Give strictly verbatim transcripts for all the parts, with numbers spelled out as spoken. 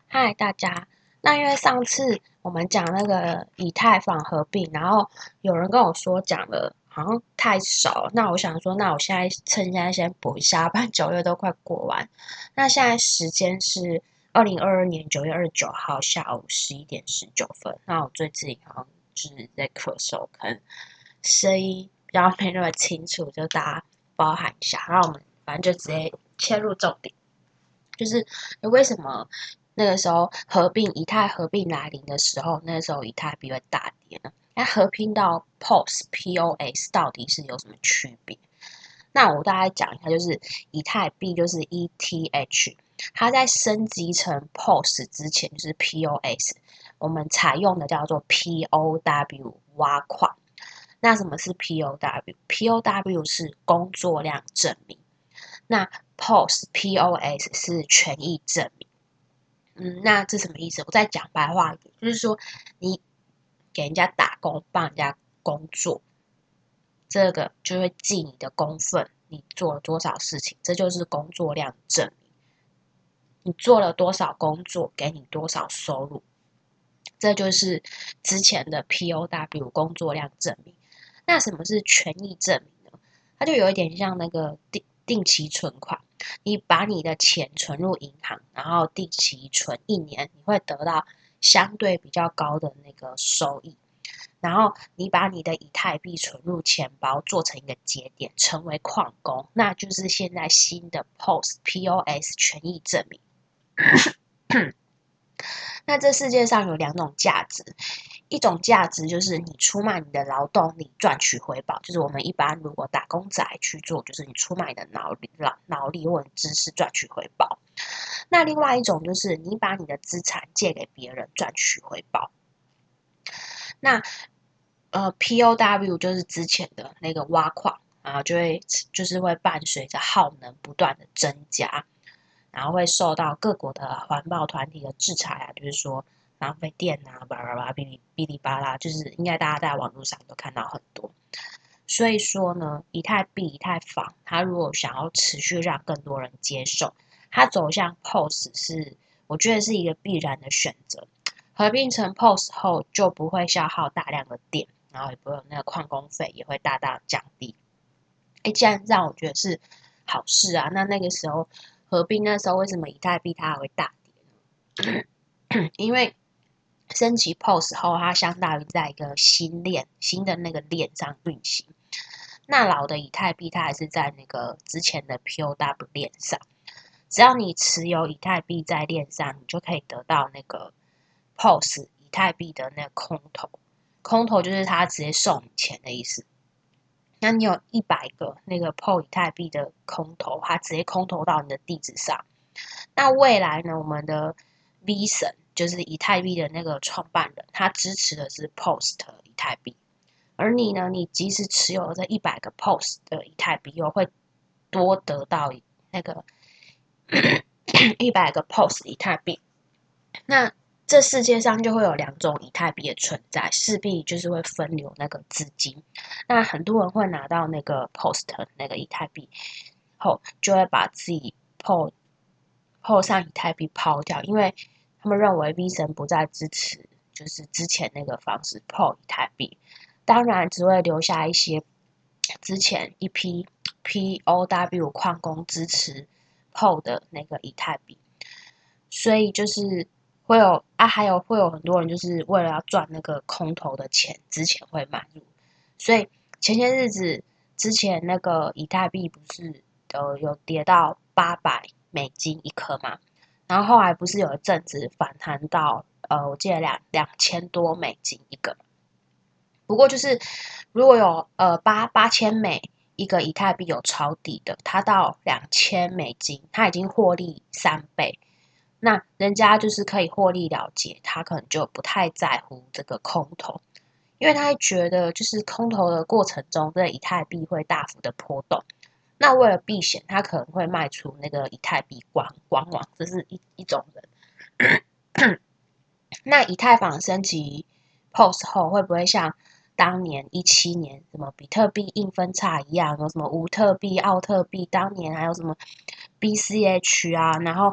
嗨，大家。那因为上次我们讲那个以太坊合并，然后有人跟我说讲的好像太少了，那我想说，那我现在趁现在先补一下，不然九月都快过完。那现在时间是二零二二年九月二十九号下午十一点十九分。那我最近好像就是在咳嗽，可能声音比较没那么清楚，就大家包涵一下。然后我们反正就直接切入重点。就是为什么那个时候合并以太合并来临的时候，那时候以太币会大跌呢？那合并到 P O S P O S 到底是有什么区别？那我大概讲一下，就是以太币就是 E T H，它在升级成 P O S 之前就是 P O S，我们采用的叫做 P O W 挖矿。那什么是 P O W？P O W 是工作量证明。那 P O S P O S 是权益证明。嗯，那这什么意思？我再讲白话一点，就是说你给人家打工，帮人家工作，这个就会记你的工分，你做了多少事情，这就是工作量证明。你做了多少工作，给你多少收入，这就是之前的 P O W 工作量证明。那什么是权益证明呢？它就有一点像那个定定期存款，你把你的钱存入银行，然后定期存一年，你会得到相对比较高的那个收益。然后你把你的以太币存入钱包，做成一个节点，成为矿工，那就是现在新的 P O S P O S 权益证明。那这世界上有两种价值，一种价值就是你出卖你的劳动力赚取回报，就是我们一般如果打工仔去做，就是你出卖你的脑力、脑脑力或者知识赚取回报。那另外一种就是你把你的资产借给别人赚取回报。那呃 P O W 就是之前的那个挖矿，然后就会就是会伴随着耗能不断的增加。然后会受到各国的环保团体的制裁啊，就是说浪费电啊，巴拉巴拉，哔哩哔哩吧啦，就是应该大家在网络上都看到很多。所以说呢，以太币、以太坊，它如果想要持续让更多人接受，它走向 P O S 是，我觉得是一个必然的选择。合并成 P O S 后，就不会消耗大量的电，然后也不会有那个矿工费，也会大大降低。哎，既然这样，我觉得是好事啊。那那个时候合并那时候，为什么以太币它还会大跌呢？因为升级 P O S 后，它相当于在一个新链、新的那个链上运行。那老的以太币它还是在那个之前的 P O W 链上。只要你持有以太币在链上，你就可以得到那个 P O S 以太币的那个空投。空投就是它直接送你钱的意思。那你有一百个那个 P O 以太币的空投，它直接空投到你的地址上。那未来呢，我们的 V 神就是以太币的那个创办人，他支持的是 P O S T 以太币。而你呢，你即使持有了这一百个 P O S 的以太币，又会多得到那个一百个 P O S 以太币。那这世界上就会有两种以太币的存在，势必就是会分流那个资金。那很多人会拿到那个 P O S T 那个以太币后，就会把自己 P O P O 上以太币抛掉，因为他们认为 V 神不再支持就是之前那个方式 P O 以太币，当然只会留下一些之前一批 P O W 矿工支持 P O 的那个以太币。所以就是会有啊，还有会有很多人就是为了要赚那个空头的钱，之前会买入。所以前些日子之前那个以太币不是呃有跌到八百美金一颗嘛，然后后来不是有一阵子反弹到呃我记得两两千多美金一个。不过就是如果有呃八八千美一个以太币有抄底的，它到两千美金，它已经获利三倍。那人家就是可以获利了结，他可能就不太在乎这个空头，因为他会觉得就是空头的过程中，这个以太币会大幅的波动。那为了避险，他可能会卖出那个以太币官官网，这是一一种人。那以太坊升级 P O S 后，会不会像当年一七年什么比特币硬分叉一样，有什么无特币、奥特币，当年还有什么 B C H 啊，然后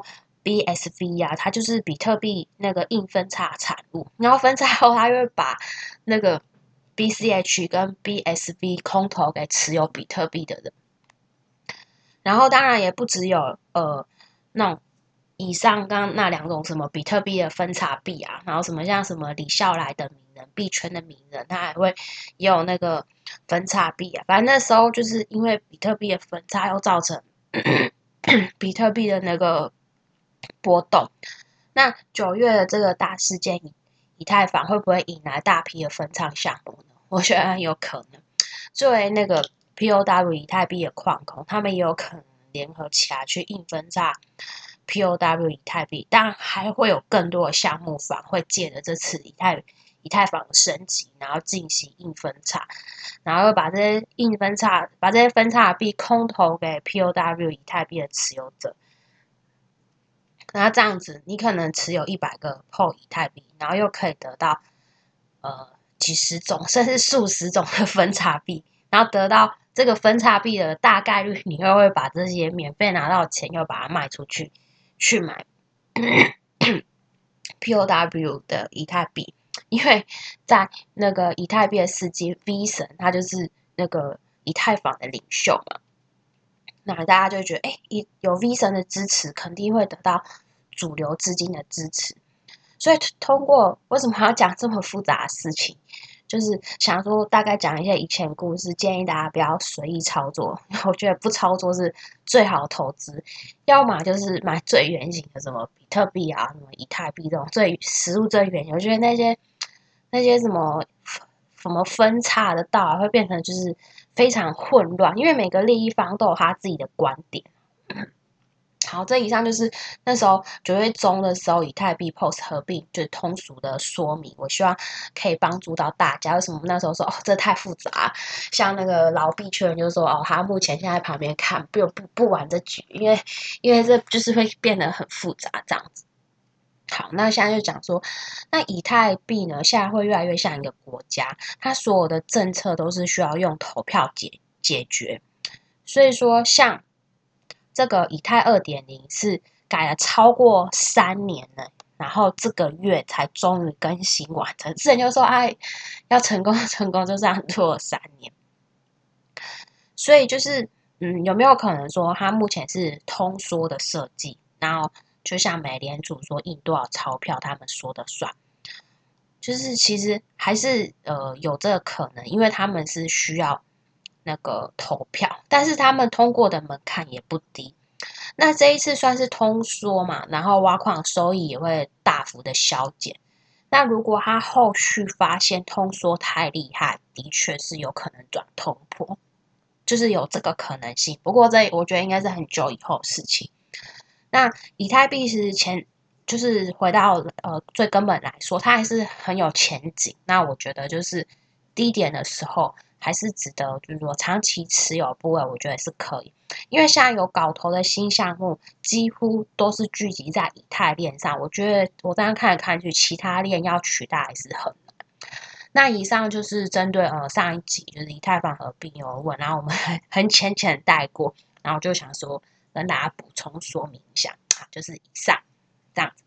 B S V 啊，它就是比特币那个硬分叉产物，然后分叉后，它就会把那个 B C H 跟 B S V 空头给持有比特币的人。然后当然也不只有呃那种以上刚刚那两种什么比特币的分叉币啊，然后什么像什么李笑来的名人币圈的名人，他还会也有那个分叉币啊。反正那时候就是因为比特币的分叉又造成比特币的那个波动。那九月的这个大事件，以以太坊会不会引来大批的分叉项目呢？我觉得很有可能。作为那个 P O W 以太币的矿工，他们也有可能联合起来去硬分叉 P O W 以太币，当然还会有更多的项目方会借着这次以太以太坊的升级，然后进行硬分叉，然后把这些硬分叉把这些分叉币空投给 P O W 以太币的持有者。然后这样子，你可能持有一百个 P O 以太币，然后又可以得到呃几十种甚至数十种的分叉币，然后得到这个分叉币的大概率，你又会把这些免费拿到的钱又把它卖出去，去买P O W 的以太币，因为在那个以太币的世界 V 神，他就是那个以太坊的领袖嘛。那大家就觉得，哎，有 V 神的支持，肯定会得到主流资金的支持。所以通过为什么要讲这么复杂的事情，就是想说大概讲一些以前故事，建议大家不要随意操作。我觉得不操作是最好的投资，要么就是买最原型的，什么比特币啊、什么以太币这种最实物最原型。我觉得那些那些什么什么分叉的道啊，会变成就是非常混乱，因为每个利益方都有他自己的观点。好，这以上就是那时候九月中的时候，以太币 P O S 合并就是通俗的说明。我希望可以帮助到大家。为什么那时候说哦，这太复杂？像那个老币圈人就说哦，他目前现在旁边看，不不不玩这局，因为因为这就是会变得很复杂这样子。好，那现在就讲说，那以太币呢，现在会越来越像一个国家，它所有的政策都是需要用投票解解决。所以说，像这个以太 二点零 是改了超过三年了，然后这个月才终于更新完成。之前就说哎，要成功成功，就这样做了三年。所以就是，嗯，有没有可能说它目前是通缩的设计，然后就像美联储说印多少钞票，他们说的算？就是其实还是呃有这个可能，因为他们是需要那个投票，但是他们通过的门槛也不低。那这一次算是通缩嘛，然后挖矿收益也会大幅的削减。那如果他后续发现通缩太厉害，的确是有可能转通膨，就是有这个可能性。不过这我觉得应该是很久以后的事情。那以太币是前就是回到呃最根本来说，它还是很有前景。那我觉得就是低点的时候，还是值得就是说长期持有部位，我觉得是可以。因为现在有搞头的新项目，几乎都是聚集在以太链上。我觉得我这样看来看去，其他链要取代还是很难。那以上就是针对呃上一集就是以太坊合并有问，然后我们很很浅浅带过，然后就想说跟大家补充说明一下，就是以上这样子。